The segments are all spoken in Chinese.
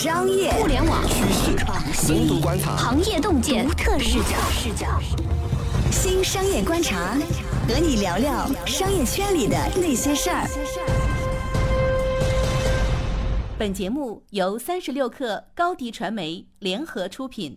商业、 互联网、 趋势、深度观察、 行业洞见、独特视角。 新商业观察，和你聊聊商业圈里的那些事儿。 本节目由36氪高迪传媒联合出品。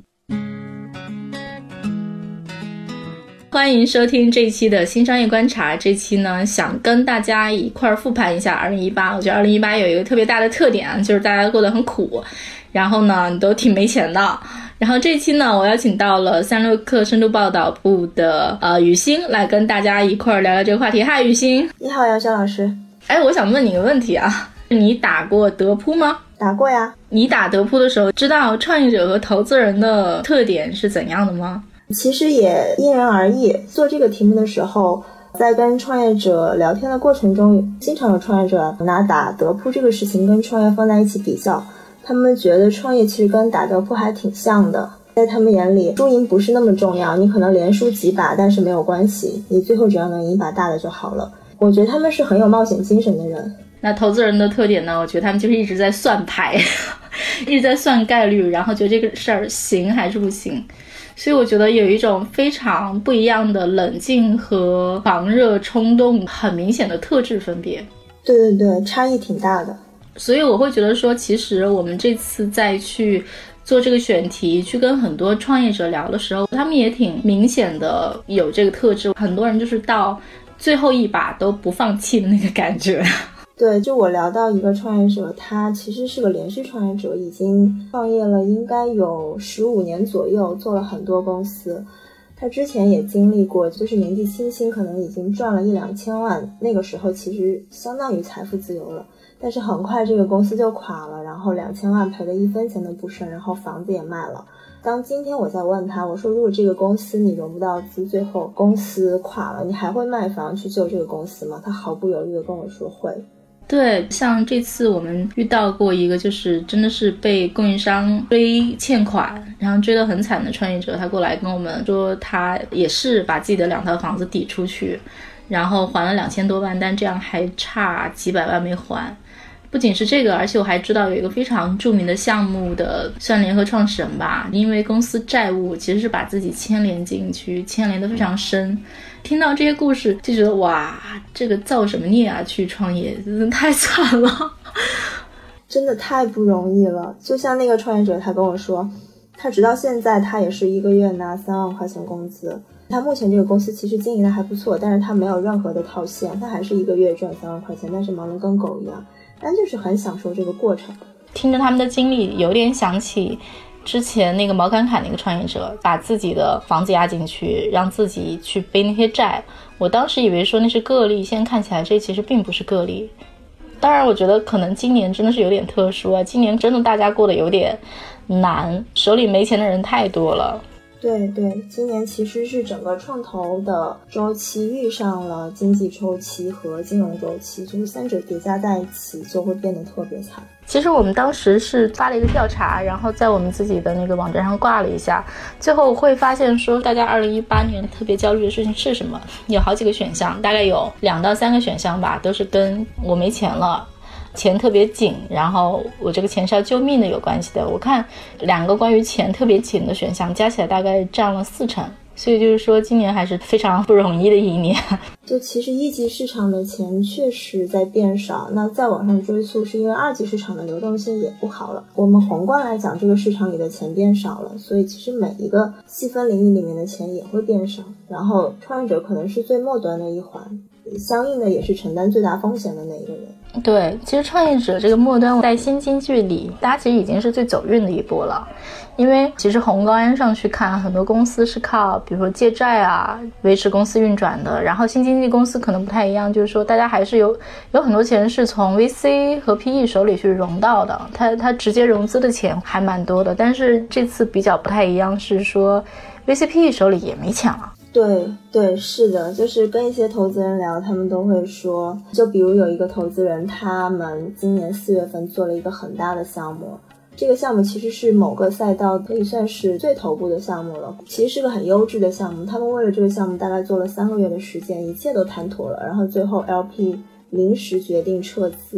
欢迎收听这一期的新商业观察。这期呢，想跟大家一块儿复盘一下2018。我觉得2018有一个特别大的特点啊，就是大家过得很苦，然后呢都挺没钱的。然后这一期呢，我邀请到了36氪深度报道部的雨欣来跟大家一块儿聊聊这个话题。嗨，雨欣。 你好，姚潇老师。 我想问你个问题啊，你打过德扑吗？ 打过呀。 你打德扑的时候，知道创业者和投资人的特点是怎样的吗？ 其实也因人而异。做这个题目的时候，在跟创业者聊天的过程中，经常有创业者拿打德扑这个事情跟创业放在一起比较，他们觉得创业其实跟打德扑还挺像的。在他们眼里，输赢不是那么重要，你可能连输几把但是没有关系，你最后只要能赢一把大的就好了。我觉得他们是很有冒险精神的人。 那投资人的特点呢，我觉得他们就是一直在算牌一直在算概率，然后觉得这个事儿行还是不行。所以我觉得有一种非常不一样的冷静和狂热冲动很明显的特质分别。 对对对，差异挺大的。 所以我会觉得说，其实我们这次再去做这个选题，去跟很多创业者聊的时候，他们也挺明显的有这个特质。很多人就是到最后一把都不放弃的那个感觉。 对，就我聊到一个创业者，他其实是个连续创业者，已经创业了应该有15年左右，做了很多公司。他之前也经历过，就是年纪轻轻可能已经赚了1-2千万，那个时候其实相当于财富自由了。但是很快这个公司就垮了，然后2千万赔了1分钱都不剩，然后房子也卖了。当今天我在问他，我说如果这个公司你融不到资，最后公司垮了，你还会卖房去救这个公司吗？他毫不犹豫地跟我说会。 对，像这次我们遇到过一个就是真的是被供应商追欠款，然后追得很惨的创业者，他过来跟我们说他也是把自己的2套房子抵出去，然后还了2000多万，但这样还差几百万没还。不仅是这个，而且我还知道有一个非常著名的项目的算联合创始人吧，因为公司债务其实是把自己牵连进去，牵连得非常深。听到这些故事就觉得哇，这个造什么孽啊，去创业真的太惨了， 真的太不容易了。就像那个创业者，他跟我说，他直到现在他也是1个月拿3万块钱工资。他目前这个公司其实经营的还不错，但是他没有任何的套现，他还是1个月赚3万块钱，但是忙得跟狗一样，但就是很享受这个过程。 听着他们的经历，有点想起之前那个毛侃侃那个创业者，把自己的房子押进去，让自己去背那些债。我当时以为说那是个例，现在看起来这其实并不是个例。当然我觉得可能今年真的是有点特殊啊，今年真的大家过得有点难，手里没钱的人太多了。 对对，今年其实是整个创投的周期遇上了经济周期和金融周期，就是3者叠加在一起就会变得特别惨。 其实我们当时是发了一个调查，然后在我们自己的那个网站上挂了一下，最后会发现说大家2018年特别焦虑的事情是什么，有好几个选项，大概有2到3个选项吧，都是跟我没钱了，钱特别紧，然后我这个钱是要救命的有关系的。我看2个关于钱特别紧的选项加起来大概占了40%，所以就是说今年还是非常不容易的一年。 就其实一级市场的钱确实在变少，那再往上追溯是因为2级市场的流动性也不好了。我们宏观来讲，这个市场里的钱变少了，所以其实每一个细分领域里面的钱也会变少，然后创业者可能是最末端的一环，相应的也是承担最大风险的那一个人。 对，其实创业者这个末端在新经济里，大家其实已经是最走运的一波了。因为其实宏观上去看，很多公司是靠比如说借债啊维持公司运转的，然后新经济公司可能不太一样，就是说大家还是有很多钱是从 VC 和 PE 手里去融到的，它直接融资的钱还蛮多的。但是这次比较不太一样是说 VC、PE 手里也没钱了。 对对，是的，就是跟一些投资人聊，他们都会说，就比如有一个投资人，他们今年4月份做了一个很大的项目，这个项目其实是某个赛道可以算是最头部的项目了，其实是个很优质的项目，他们为了这个项目大概做了3个月的时间，一切都谈妥了，然后最后 LP 临时决定撤资，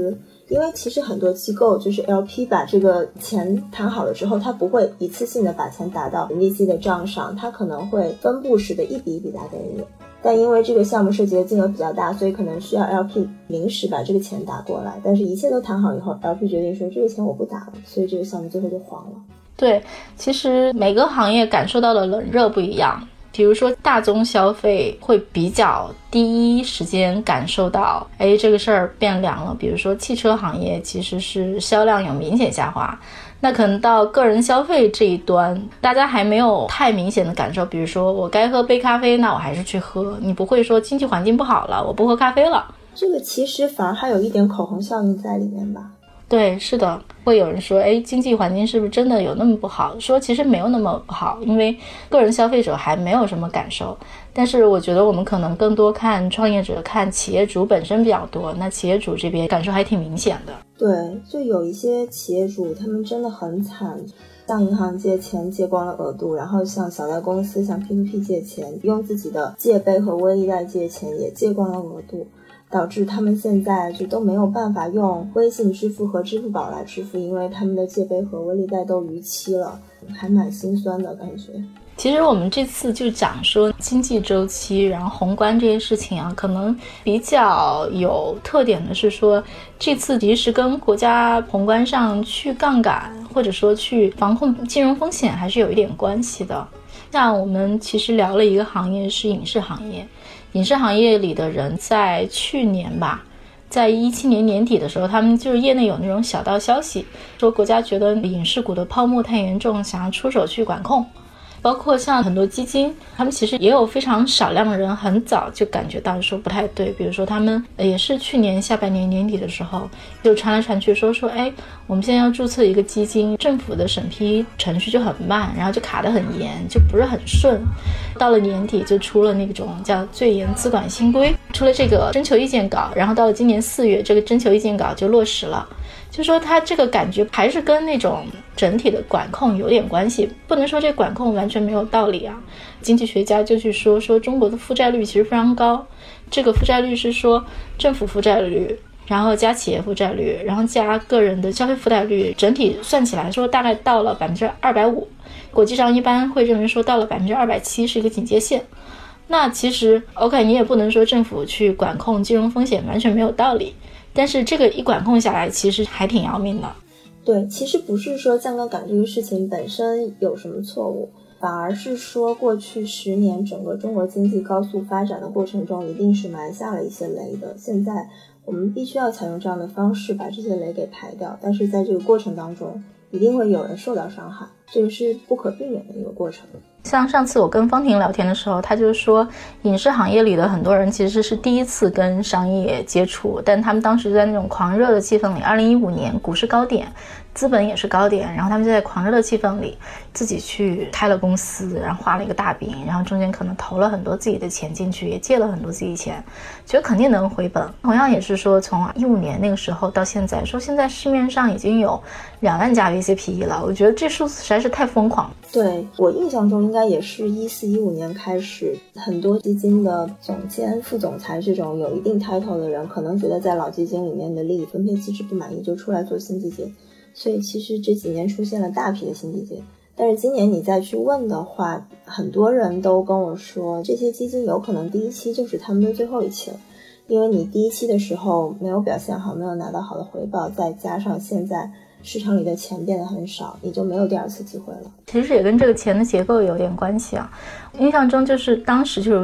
因为其实很多机构就是 LP 把这个钱谈好了之后，他不会一次性的把钱打到 VC 的账上，他可能会分布式的一笔一笔打给你。但因为这个项目涉及的金额比较大，所以可能需要 LP 临时把这个钱打过来，但是一切都谈好以后， LP 决定说这个钱我不打了，所以这个项目最后就黄了。 对，其实每个行业感受到的冷热不一样，比如说大宗消费会比较第一时间感受到这个事儿变凉了，比如说汽车行业其实是销量有明显下滑，那可能到个人消费这一端大家还没有太明显的感受，比如说我该喝杯咖啡，那我还是去喝，你不会说经济环境不好了我不喝咖啡了。 这个其实反而还有一点口红效应在里面吧。 对，是的，会有人说经济环境是不是真的有那么不好，说其实没有那么不好，因为个人消费者还没有什么感受，但是我觉得我们可能更多看创业者看企业主本身比较多，那企业主这边感受还挺明显的。 对，就有一些企业主他们真的很惨，向银行借钱借光了额度，然后向小贷公司向 P2P 借钱，用自己的借呗和微利贷借钱也借光了额度，导致他们现在就都没有办法用微信支付和支付宝来支付，因为他们的借呗和微利贷都逾期了，还蛮心酸的感觉。 其实我们这次就讲说经济周期然后宏观这些事情啊，可能比较有特点的是说这次其实跟国家宏观上去杠杆或者说去防控金融风险还是有一点关系的。像我们其实聊了一个行业是影视行业，影视行业里的人在去年吧，在2017年年底的时候，他们就是业内有那种小道消息说国家觉得影视股的泡沫太严重，想要出手去管控。包括像很多基金，他们其实也有非常少量的人很早就感觉到说不太对，比如说他们也是去年下半年年底的时候又传来传去说我们现在要注册一个基金，政府的审批程序就很慢，然后就卡得很严，就不是很顺，到了年底就出了那种叫最严资管新规，出了这个征求意见稿，然后到了今年4月这个征求意见稿就落实了，就说它这个感觉还是跟那种整体的管控有点关系，不能说这管控完全没有道理啊。经济学家就去说中国的负债率其实非常高，这个负债率是说政府负债率，然后加企业负债率，然后加个人的消费负债率，整体算起来说大概到了250%，国际上一般会认为说到了270%是一个警戒线。那其实 OK 你也不能说政府去管控金融风险完全没有道理，但是这个一管控下来其实还挺要命的。 对，其实不是说降杠杆这个事情本身有什么错误，反而是说过去10年整个中国经济高速发展的过程中一定是埋下了一些雷的，现在我们必须要采用这样的方式把这些雷给排掉，但是在这个过程当中一定会有人受到伤害，这个是不可避免的一个过程。 像上次我跟方婷聊天的时候，他就说影视行业里的很多人其实是第一次跟商业接触，但他们当时在那种狂热的气氛里，2015年股市高点，资本也是高点，然后他们就在狂热的气氛里自己去开了公司，然后画了一个大饼，然后中间可能投了很多自己的钱进去，也借了很多自己钱，觉得肯定能回本。同样也是说从15年那个时候到现在，说现在市面上已经有2万家 VCPE 了，我觉得这数字实在是太疯狂。 对，我印象中应该也是14-15年开始，很多基金的总监、副总裁这种有一定 title 的人，可能觉得在老基金里面的利益分配机制不满意，就出来做新基金，所以其实这几年出现了大批的新基金。但是今年你再去问的话，很多人都跟我说这些基金有可能第一期就是他们的最后一期了，因为你第一期的时候没有表现好，没有拿到好的回报，再加上现在市场里的钱变得很少，你就没有第二次机会了。 其实也跟这个钱的结构有点关系啊。印象中就是当时就是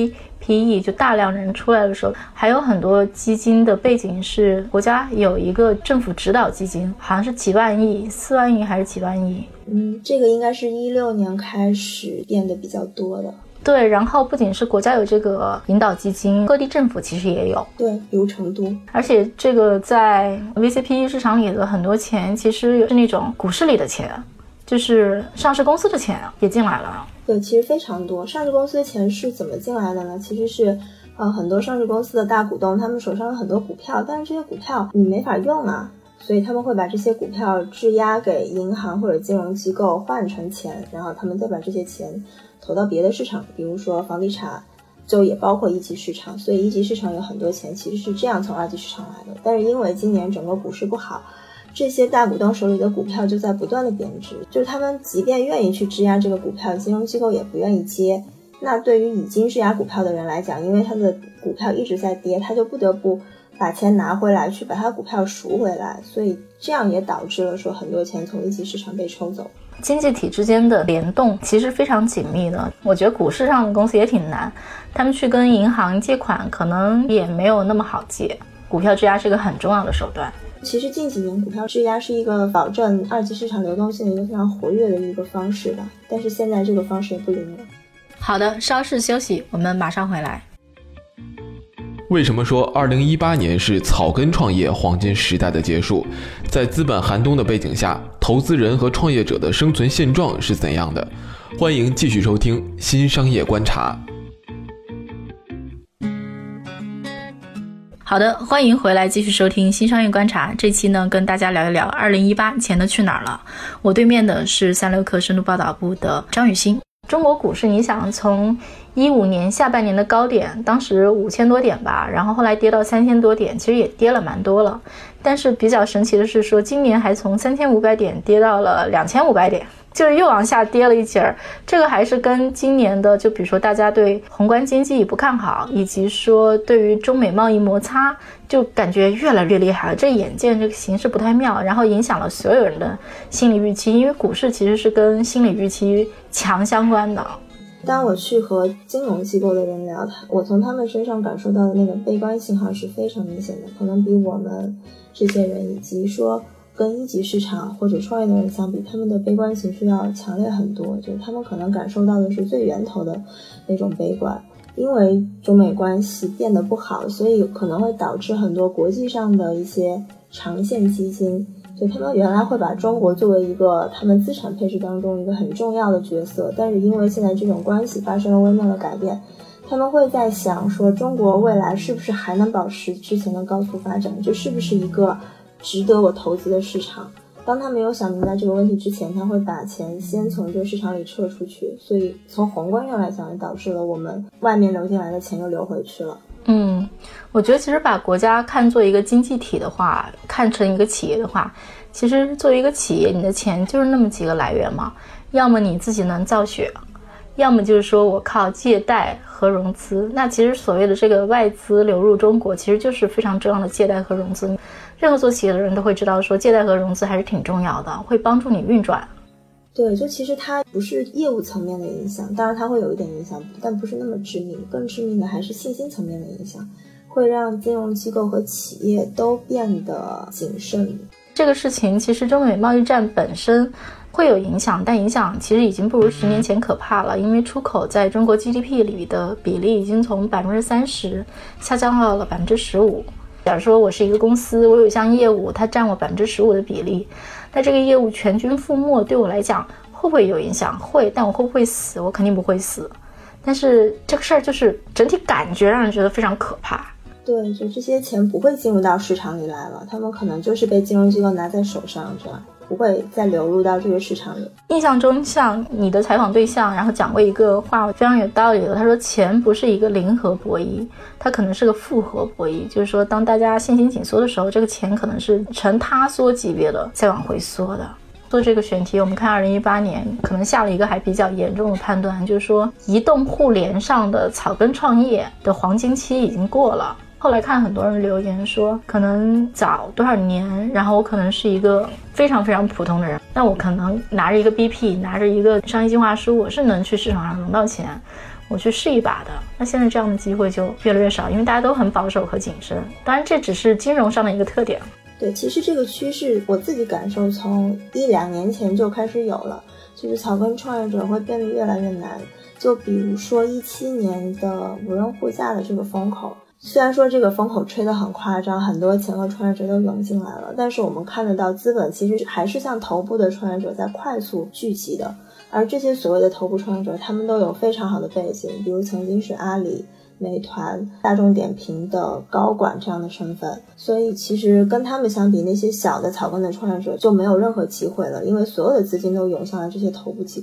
VCPE 就大量人出来的时候，还有很多基金的背景是国家有一个政府指导基金，好像是几万亿，4万亿还是几万亿。 这个应该是16年开始变得比较多的。 对，然后不仅是国家有这个引导基金，各地政府其实也有。 对，比如成都。 而且这个在 VCPE 市场里的很多钱其实是那种股市里的钱，就是上市公司的钱也进来了。 对，其实非常多。上市公司的钱是怎么进来的呢？其实是很多上市公司的大股东他们手上有很多股票，但是这些股票你没法用啊，所以他们会把这些股票质押给银行或者金融机构换成钱，然后他们再把这些钱投到别的市场，比如说房地产、 就也包括一级市场，所以一级市场有很多钱其实是这样从二级市场来的。但是因为今年整个股市不好，这些大股东手里的股票就在不断的贬值，就是他们即便愿意去质押这个股票，金融机构也不愿意接。那对于已经质押股票的人来讲，因为他的股票一直在跌，他就不得不把钱拿回来去把他股票赎回来，所以这样也导致了说很多钱从一级市场被抽走。 经济体之间的联动其实非常紧密的，我觉得股市上的公司也挺难，他们去跟银行借款可能也没有那么好借，股票质押是一个很重要的手段。 其实近几年股票质押是一个保证二级市场流动性的一个非常活跃的一个方式吧，但是现在这个方式也不灵了。 好的，稍事休息，我们马上回来。 为什么说2018年是草根创业黄金时代的结束？在资本寒冬的背景下，投资人和创业者的生存现状是怎样的？欢迎继续收听新商业观察。 好的，欢迎回来继续收听新商业观察。这期呢，跟大家聊一聊2018钱都去哪儿了。我对面的是36氪深度报道部的张雨欣。中国股市你想从15年下半年的高点，当时5000多点吧，然后后来跌到3000多点，其实也跌了蛮多了。但是比较神奇的是说，今年还从3500点跌到了2500点，就是又往下跌了一截儿。这个还是跟今年的，就比如说大家对宏观经济不看好，以及说对于中美贸易摩擦就感觉越来越厉害了，这眼见这个形势不太妙，然后影响了所有人的心理预期，因为股市其实是跟心理预期强相关的。 当我去和金融机构的人聊，我从他们身上感受到的那个悲观信号是非常明显的，可能比我们这些人以及说跟一级市场或者创业的人相比，他们的悲观情绪要强烈很多，就是他们可能感受到的是最源头的那种悲观。因为中美关系变得不好，所以可能会导致很多国际上的一些长线基金，就他们原来会把中国作为一个他们资产配置当中一个很重要的角色，但是因为现在这种关系发生了微妙的改变，他们会在想说中国未来是不是还能保持之前的高速发展，这是不是一个值得我投资的市场。当他没有想明白这个问题之前，他会把钱先从这个市场里撤出去，所以从宏观上来讲也导致了我们外面流进来的钱又流回去了。 我觉得其实把国家看作一个经济体的话，看成一个企业的话，其实作为一个企业，你的钱就是那么几个来源嘛，要么你自己能造血，要么就是说我靠借贷和融资。那其实所谓的这个外资流入中国，其实就是非常重要的借贷和融资。任何做企业的人都会知道说借贷和融资还是挺重要的，会帮助你运转。 对，就其实它不是业务层面的影响，当然它会有一点影响，但不是那么致命，更致命的还是信心层面的影响，会让金融机构和企业都变得谨慎。 这个事情其实中美贸易战本身会有影响，但影响其实已经不如10年前可怕了，因为出口在中国 GDP 里的比例已经从 30% 下降到了 15%。假如说我是一个公司，我有一项业务，它占我 15% 的比例，那这个业务全军覆没对我来讲会不会有影响？会，但我会不会死？我肯定不会死。但是这个事儿就是整体感觉让人觉得非常可怕。 对，就这些钱不会进入到市场里来了，他们可能就是被金融机构拿在手上，这样不会再流入到这个市场里。 印象中像你的采访对象然后讲过一个话非常有道理的，他说钱不是一个零和博弈，它可能是个复合博弈，就是说当大家信心紧缩的时候，这个钱可能是呈塌缩级别的再往回缩的。做这个选题，我们看2018年可能下了一个还比较严重的判断，就是说移动互联上的草根创业的黄金期已经过了。后来看很多人留言说可能早多少年，然后我可能是一个非常非常普通的人，那我可能拿着一个 BP 拿着一个商业计划书，我是能去市场上融到钱，我去试一把的。那现在这样的机会就越来越少，因为大家都很保守和谨慎。当然这只是金融上的一个特点。 对，其实这个趋势我自己感受从1-2年前就开始有了，就是草根创业者会变得越来越难。就比如说17年的无人护驾的这个风口，虽然说这个风口吹得很夸张，很多钱和创业者都涌进来了，但是我们看得到资本其实还是向头部的创业者在快速聚集的。而这些所谓的头部创业者，他们都有非常好的背景，比如曾经是阿里、美团、大众点评的高管这样的身份，所以其实跟他们相比，那些小的草根的创业者就没有任何机会了，因为所有的资金都涌向了这些头部机构。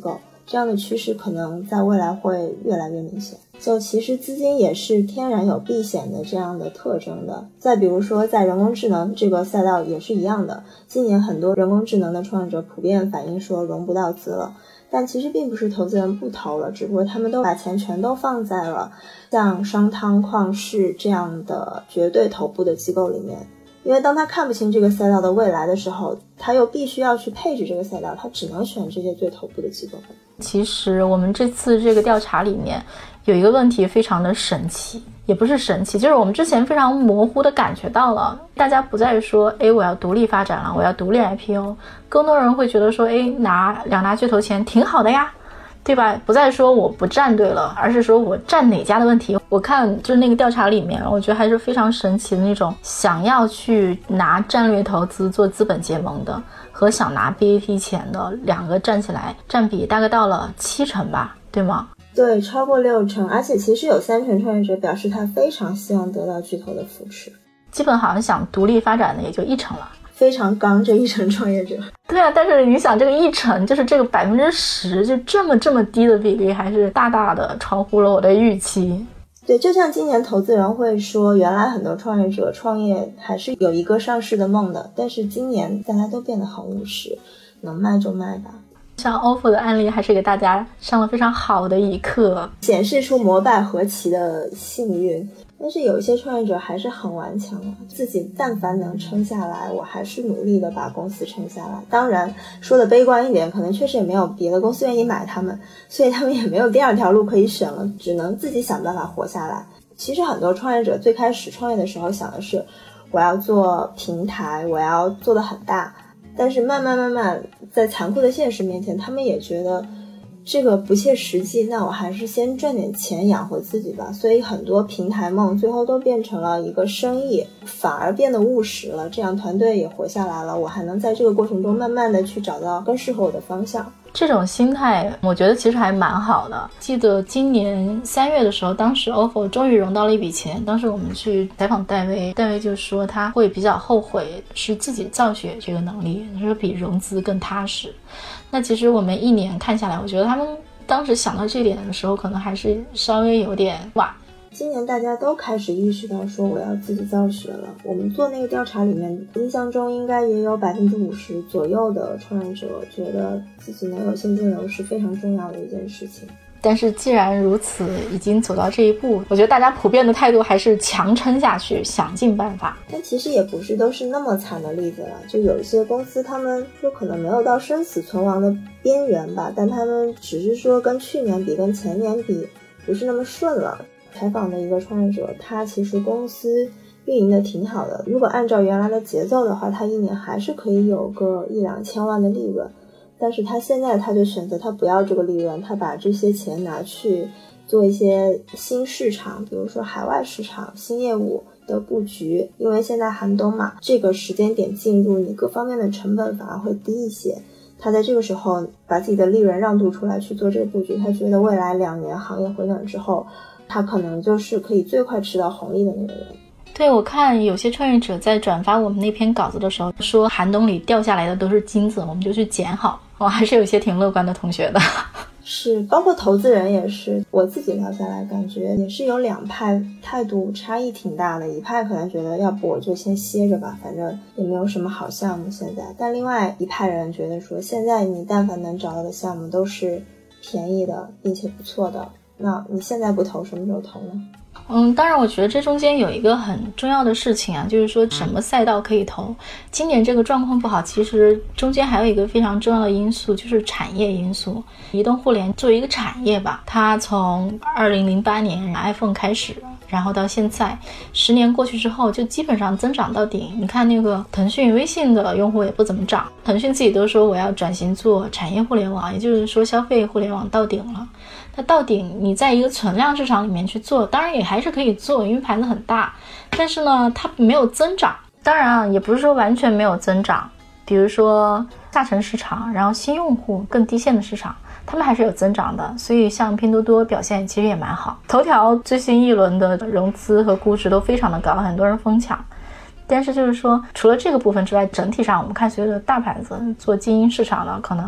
这样的趋势可能在未来会越来越明显。就其实资金也是天然有避险的这样的特征的。再比如说在人工智能这个赛道也是一样的，今年很多人工智能的创业者普遍反映说融不到资了，但其实并不是投资人不投了，只不过他们都把钱全都放在了像商汤、旷视这样的绝对头部的机构里面。因为当他看不清这个赛道的未来的时候，他又必须要去配置这个赛道，他只能选这些最头部的机构。 其实我们这次这个调查里面有一个问题非常的神奇，也不是神奇，就是我们之前非常模糊的感觉到了，大家不再说我要独立发展了，我要独立 IPO， 更多人会觉得说拿巨头钱挺好的呀，对吧？不再说我不站队了，而是说我站哪家的问题。我看就是那个调查里面，我觉得还是非常神奇的那种，想要去拿战略投资做资本结盟的和想拿 BAT 钱的两个站起来占比大概到了70%吧，对吗？ 对，超过60%，而且其实有30%创业者表示他非常希望得到巨头的扶持， 基本好像想独立发展的也就1%了。 非常刚这1%创业者。 对啊，但是你想这个1%就是这个10%，就这么低的比例，还是大大的超乎了我的预期。 对，就像今年投资人会说，原来很多创业者创业还是有一个上市的梦的，但是今年大家都变得很务实，能卖就卖吧。 像 ofo 的案例还是给大家上了非常好的一课， 显示出摩拜合旗的幸运。但是有一些创业者还是很顽强的，自己但凡能撑下来，我还是努力的把公司撑下来。当然说的悲观一点，可能确实也没有别的公司愿意买他们，所以他们也没有第二条路可以选了，只能自己想办法活下来。其实很多创业者最开始创业的时候想的是，我要做平台，我要做得很大，但是慢慢在残酷的现实面前，他们也觉得这个不切实际，那我还是先赚点钱养活自己吧。所以很多平台梦最后都变成了一个生意，反而变得务实了，这样团队也活下来了，我还能在这个过程中慢慢的去找到更适合我的方向。 这种心态我觉得其实还蛮好的。记得今年3月的时候，当时 ofo 终于融到了一笔钱，当时我们去采访戴维就说他会比较后悔是自己造血这个能力，他说比融资更踏实。那其实我们1年看下来，我觉得他们当时想到这点的时候可能还是稍微有点晚。 今年大家都开始意识到说我要自己造血了。我们做那个调查里面，印象中应该也有50%左右的创业者觉得自己能有现金流是非常重要的一件事情。 但是既然如此，已经走到这一步，我觉得大家普遍的态度还是强撑下去，想尽办法。 但其实也不是都是那么惨的例子了，就有一些公司他们说可能没有到生死存亡的边缘吧，但他们只是说跟去年比跟前年比不是那么顺了。采访的一个创业者，他其实公司运营的挺好的，如果按照原来的节奏的话，他1年还是可以有个1-2千万的利润，但是他现在他就选择他不要这个利润，他把这些钱拿去做一些新市场，比如说海外市场、新业务的布局。因为现在寒冬嘛，这个时间点进入，你各方面的成本反而会低一些，他在这个时候把自己的利润让渡出来去做这个布局，他觉得未来2年行业回暖之后，他可能就是可以最快吃到红利的那个人。 对，我看有些创业者在转发我们那篇稿子的时候说，寒冬里掉下来的都是金子，我们就去捡好。我还是有些挺乐观的同学的。 是，包括投资人也是，我自己聊下来感觉也是有2派态度差异挺大的。一派可能觉得要不我就先歇着吧，反正也没有什么好项目现在，但另外一派人觉得说，现在你但凡能找到的项目都是便宜的并且不错的，那你现在不投什么时候投呢？ 当然我觉得这中间有一个很重要的事情啊，就是说什么赛道可以投。今年这个状况不好，其实中间还有一个非常重要的因素，就是产业因素。移动互联作为一个产业吧，它从2008年 iPhone 开始，然后到现在10年过去之后就基本上增长到顶。你看那个腾讯、微信的用户也不怎么涨，腾讯自己都说我要转型做产业互联网，也就是说消费互联网到顶了。那到顶你在一个存量市场里面去做，当然也还是可以做，因为盘子很大，但是呢它没有增长。当然啊，也不是说完全没有增长，比如说下沉市场，然后新用户更低线的市场，他们还是有增长的。所以像拼多多表现其实也蛮好，头条最新一轮的融资和估值都非常的高，很多人疯抢。但是就是说除了这个部分之外，整体上我们看所有的大牌子做精英市场的，可能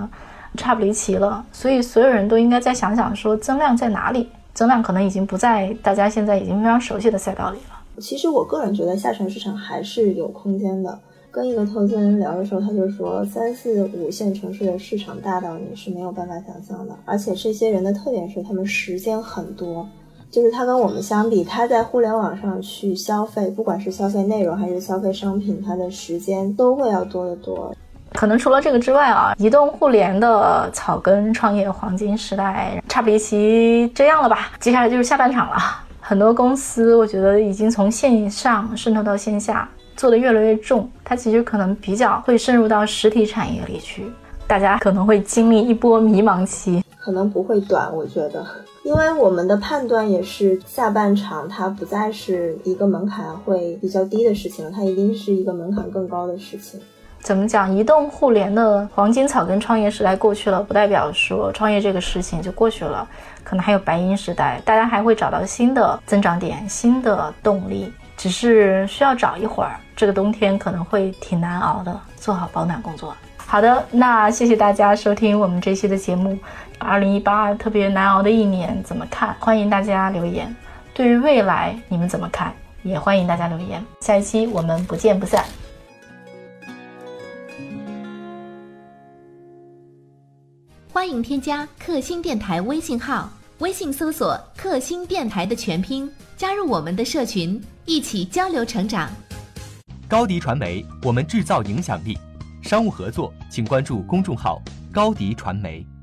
差不离齐了，所以所有人都应该再想想说增量在哪里，增量可能已经不在大家现在已经非常熟悉的赛道里了。 其实我个人觉得下沉市场还是有空间的。跟一个投资人聊的时候，他就说3、4、5线城市的市场大到你是没有办法想象的，而且这些人的特点是他们时间很多，就是他跟我们相比，他在互联网上去消费，不管是消费内容还是消费商品，他的时间都会要多得多。 可能除了这个之外啊，移动互联的草根创业黄金时代差不离齐这样了吧，接下来就是下半场了。很多公司我觉得已经从线上渗透到线下，做得越来越重，它其实可能比较会深入到实体产业里去，大家可能会经历一波迷茫期， 可能不会短，我觉得，因为我们的判断也是下半场它不再是一个门槛会比较低的事情了，它一定是一个门槛更高的事情。 怎么讲，移动互联的黄金草根创业时代过去了，不代表说创业这个事情就过去了，可能还有白银时代，大家还会找到新的增长点，新的动力，只是需要找一会儿，这个冬天可能会挺难熬的，做好保暖工作。好的，那谢谢大家收听我们这期的节目。2018特别难熬的一年怎么看？欢迎大家留言。对于未来你们怎么看？也欢迎大家留言。下一期我们不见不散。 欢迎添加克星电台微信号，微信搜索克星电台的全拼，加入我们的社群，一起交流成长。 高迪传媒，我们制造影响力。商务合作请关注公众号高迪传媒。